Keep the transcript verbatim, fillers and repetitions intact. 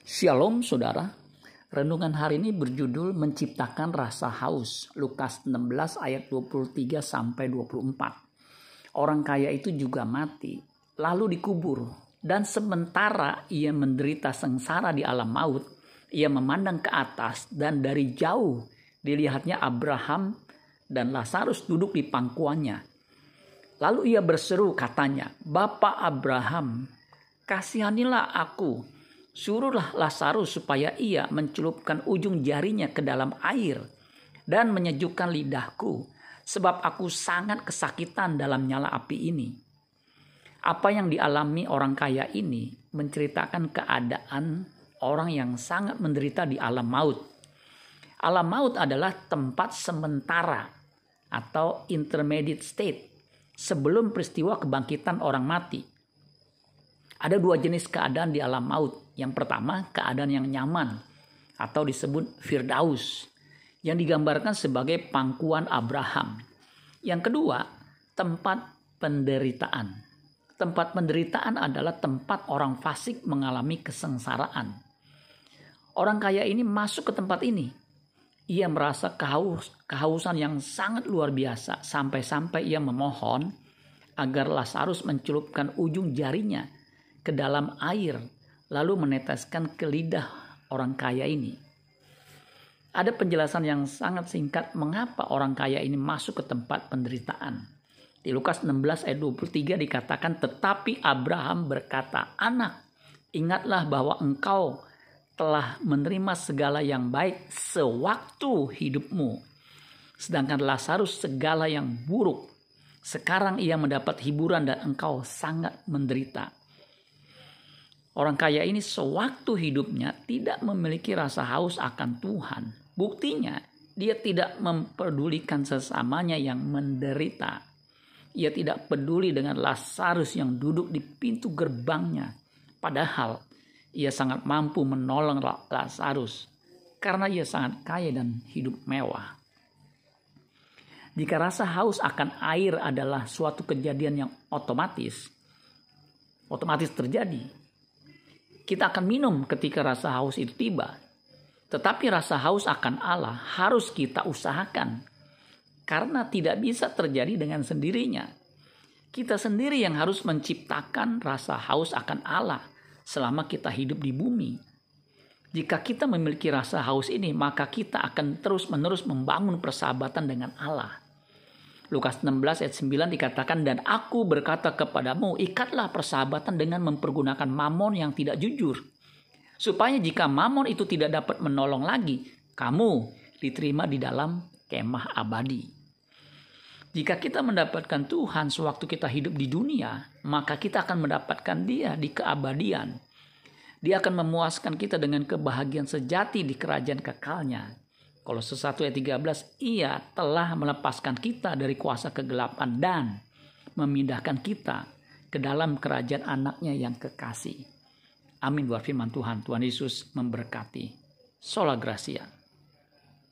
Shalom saudara, renungan hari ini berjudul menciptakan rasa haus, Lukas enam belas ayat dua puluh tiga sampai dua puluh empat. Orang kaya itu juga mati, lalu dikubur, dan sementara ia menderita sengsara di alam maut, ia memandang ke atas dan dari jauh dilihatnya Abraham dan Lazarus duduk di pangkuannya. Lalu ia berseru katanya, "Bapa Abraham, kasihanilah aku. Suruhlah Lazarus supaya ia mencelupkan ujung jarinya ke dalam air dan menyejukkan lidahku, sebab aku sangat kesakitan dalam nyala api ini." Apa yang dialami orang kaya ini menceritakan keadaan orang yang sangat menderita di alam maut. Alam maut adalah tempat sementara atau intermediate state sebelum peristiwa kebangkitan orang mati. Ada dua jenis keadaan di alam maut. Yang pertama, keadaan yang nyaman atau disebut Firdaus yang digambarkan sebagai pangkuan Abraham. Yang kedua, tempat penderitaan. Tempat penderitaan adalah tempat orang fasik mengalami kesengsaraan. Orang kaya ini masuk ke tempat ini. Ia merasa kehaus, kehausan yang sangat luar biasa sampai-sampai ia memohon agar Lazarus mencelupkan ujung jarinya ke dalam air lalu meneteskan ke lidah orang kaya ini. Ada penjelasan yang sangat singkat mengapa orang kaya ini masuk ke tempat penderitaan. Di Lukas enam belas ayat dua puluh tiga dikatakan, "Tetapi Abraham berkata, 'Anak, ingatlah bahwa engkau telah menerima segala yang baik sewaktu hidupmu, sedangkan Lazarus segala yang buruk. Sekarang ia mendapat hiburan dan engkau sangat menderita.'" Orang kaya ini sewaktu hidupnya tidak memiliki rasa haus akan Tuhan. Buktinya, dia tidak memperdulikan sesamanya yang menderita. Ia tidak peduli dengan Lazarus yang duduk di pintu gerbangnya. Padahal ia sangat mampu menolong Lazarus karena ia sangat kaya dan hidup mewah. Jika rasa haus akan air adalah suatu kejadian yang otomatis, otomatis terjadi, kita akan minum ketika rasa haus itu tiba. Tetapi rasa haus akan Allah harus kita usahakan. Karena tidak bisa terjadi dengan sendirinya. Kita sendiri yang harus menciptakan rasa haus akan Allah selama kita hidup di bumi. Jika kita memiliki rasa haus ini, maka kita akan terus-menerus membangun persahabatan dengan Allah. Lukas enam belas ayat sembilan dikatakan, "Dan aku berkata kepadamu, ikatlah persahabatan dengan mempergunakan mamon yang tidak jujur. Supaya jika mamon itu tidak dapat menolong lagi, kamu diterima di dalam kemah abadi." Jika kita mendapatkan Tuhan sewaktu kita hidup di dunia, maka kita akan mendapatkan Dia di keabadian. Dia akan memuaskan kita dengan kebahagiaan sejati di kerajaan kekalnya. Kolose satu ayat tiga belas, Ia telah melepaskan kita dari kuasa kegelapan dan memindahkan kita ke dalam kerajaan anaknya yang kekasih. Amin buat firman Tuhan. Tuhan Yesus memberkati. Sola Gracia.